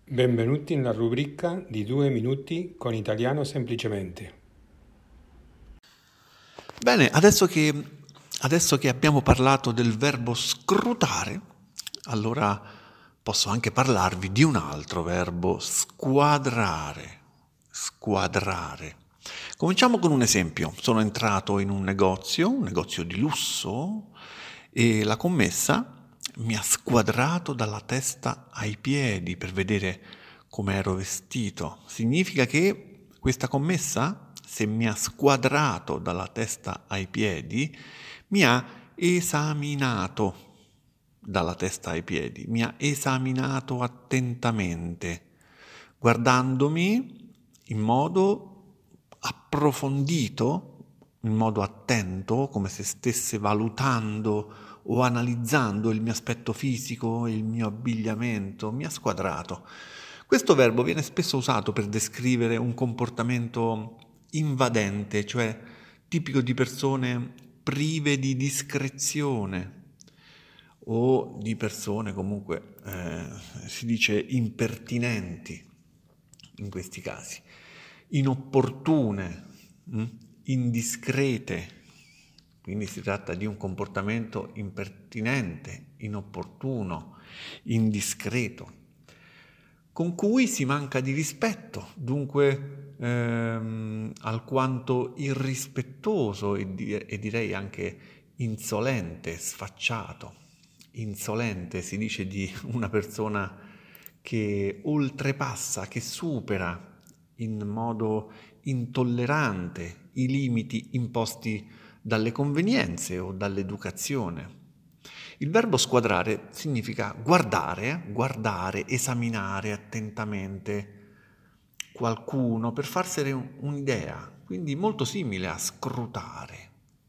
Benvenuti nella rubrica di 2 minuti con Italiano semplicemente. Bene, adesso che abbiamo parlato del verbo scrutare, allora posso anche parlarvi di un altro verbo, squadrare. Squadrare. Cominciamo con un esempio. Sono entrato in un negozio di lusso, e la commessa mi ha squadrato dalla testa ai piedi per vedere come ero vestito. Significa che questa commessa, se mi ha squadrato dalla testa ai piedi, mi ha esaminato dalla testa ai piedi, mi ha esaminato attentamente, guardandomi in modo approfondito, in modo attento, come se stesse valutando o analizzando il mio aspetto fisico, il mio abbigliamento, mi ha squadrato. Questo verbo viene spesso usato per descrivere un comportamento invadente, cioè tipico di persone prive di discrezione o di persone comunque si dice impertinenti in questi casi, inopportune, indiscrete. Quindi si tratta di un comportamento impertinente, inopportuno, indiscreto, con cui si manca di rispetto, dunque alquanto irrispettoso e direi anche insolente, sfacciato. Insolente si dice di una persona che oltrepassa, che supera in modo intollerante i limiti imposti dalle convenienze o dall'educazione. Il verbo squadrare significa guardare, esaminare attentamente qualcuno per farsene un'idea, quindi molto simile a scrutare.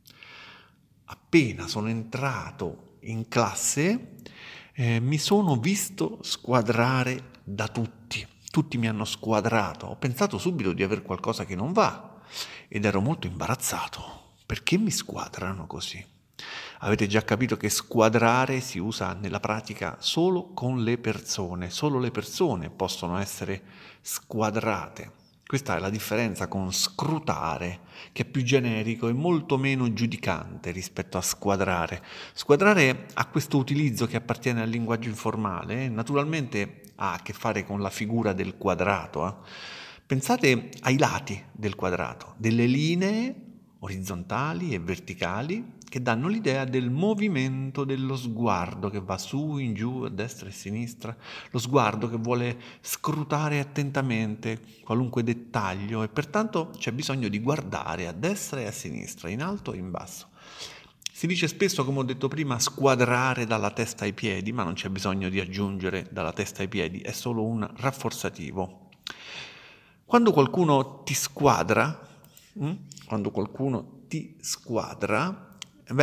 Appena sono entrato in classe, mi sono visto squadrare da tutti. Tutti mi hanno squadrato. Ho pensato subito di aver qualcosa che non va ed ero molto imbarazzato. Perché mi squadrano così? Avete già capito che squadrare si usa nella pratica solo con le persone. Solo le persone possono essere squadrate. Questa è la differenza con scrutare, che è più generico e molto meno giudicante rispetto a squadrare. Squadrare ha questo utilizzo che appartiene al linguaggio informale, naturalmente ha a che fare con la figura del quadrato. Pensate ai lati del quadrato, delle linee orizzontali e verticali che danno l'idea del movimento dello sguardo che va su, in giù, a destra e a sinistra, lo sguardo che vuole scrutare attentamente qualunque dettaglio e pertanto c'è bisogno di guardare a destra e a sinistra, in alto e in basso. Si dice spesso, come ho detto prima, squadrare dalla testa ai piedi, ma non c'è bisogno di aggiungere dalla testa ai piedi, è solo un rafforzativo. Quando qualcuno ti squadra, quando qualcuno ti squadra,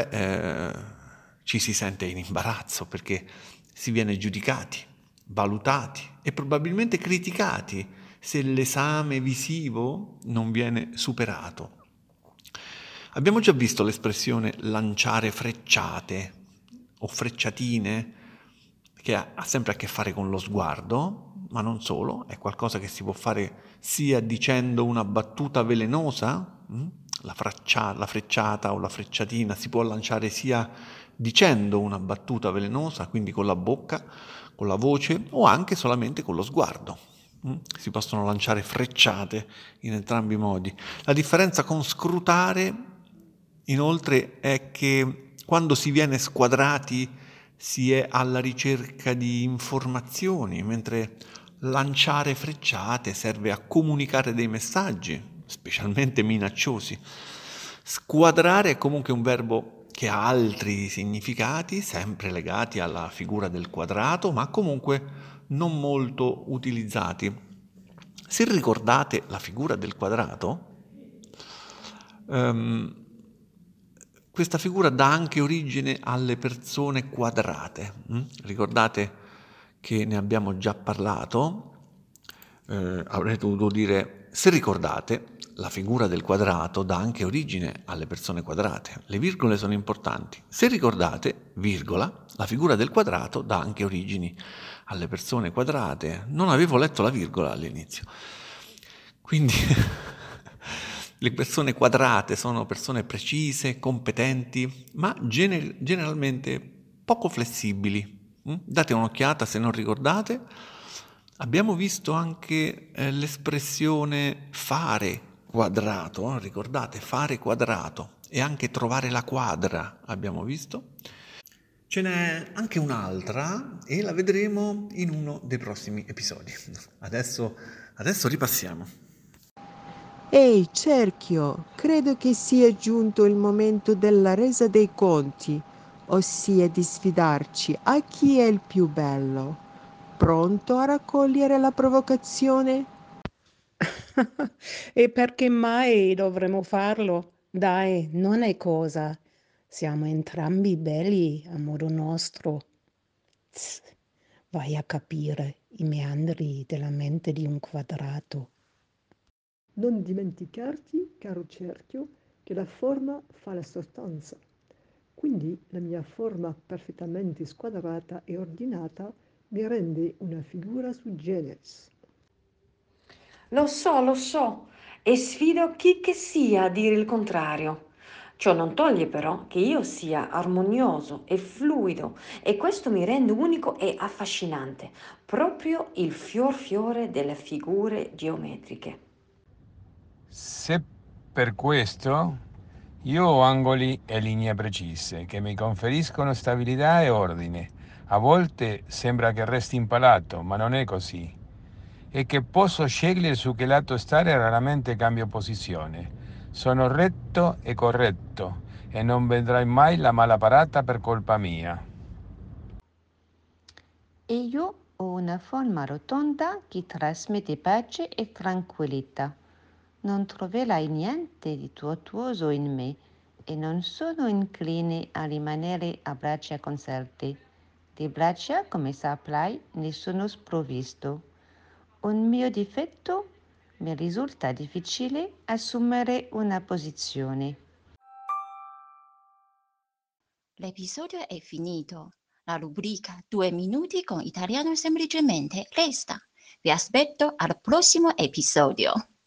ci si sente in imbarazzo perché si viene giudicati, valutati e probabilmente criticati se l'esame visivo non viene superato. Abbiamo già visto l'espressione lanciare frecciate o frecciatine, che ha sempre a che fare con lo sguardo, ma non solo, è qualcosa che si può fare sia dicendo una battuta velenosa, la frecciata o la frecciatina si può lanciare sia dicendo una battuta velenosa, quindi con la bocca, con la voce o anche solamente con lo sguardo. Si possono lanciare frecciate in entrambi i modi. La differenza con scrutare, inoltre, è che quando si viene squadrati si è alla ricerca di informazioni, mentre lanciare frecciate serve a comunicare dei messaggi, specialmente minacciosi. Squadrare è comunque un verbo che ha altri significati, sempre legati alla figura del quadrato, ma comunque non molto utilizzati. Se ricordate la figura del quadrato, questa figura dà anche origine alle persone quadrate. Ricordate che ne abbiamo già parlato? Avrei dovuto dire, se ricordate, la figura del quadrato dà anche origine alle persone quadrate. Le virgole sono importanti. Se ricordate, virgola, la figura del quadrato dà anche origini alle persone quadrate. Non avevo letto la virgola all'inizio. Quindi le persone quadrate sono persone precise, competenti, ma generalmente poco flessibili. Date un'occhiata se non ricordate. Abbiamo visto anche l'espressione fare quadrato, ricordate? Fare quadrato e anche trovare la quadra, abbiamo visto. Ce n'è anche un'altra e la vedremo in uno dei prossimi episodi. Adesso ripassiamo. Ehi, cerchio, credo che sia giunto il momento della resa dei conti, ossia di sfidarci a chi è il più bello. Pronto a raccogliere la provocazione? E perché mai dovremmo farlo? Dai, non è cosa. Siamo entrambi belli a modo nostro. Tss, vai a capire i meandri della mente di un quadrato. Non dimenticarti, caro cerchio, che la forma fa la sostanza. Quindi la mia forma perfettamente squadrata e ordinata mi rende una figura su Genes. Lo so, e sfido chi che sia a dire il contrario. Ciò non toglie però che io sia armonioso e fluido e questo mi rende unico e affascinante, proprio il fiore delle figure geometriche. Se per questo io ho angoli e linee precise che mi conferiscono stabilità e ordine. A volte sembra che resti impalato, ma non è così. E che posso scegliere su che lato stare e raramente cambio posizione. Sono retto e corretto e non vedrai mai la mala parata per colpa mia. E io ho una forma rotonda che trasmette pace e tranquillità. Non troverai niente di tortuoso in me e non sono incline a rimanere a braccia conserte. Di braccia, come saprai, ne sono sprovvisto. Un mio difetto mi risulta difficile assumere una posizione. L'episodio è finito. La rubrica 2 minuti con italiano semplicemente resta. Vi aspetto al prossimo episodio.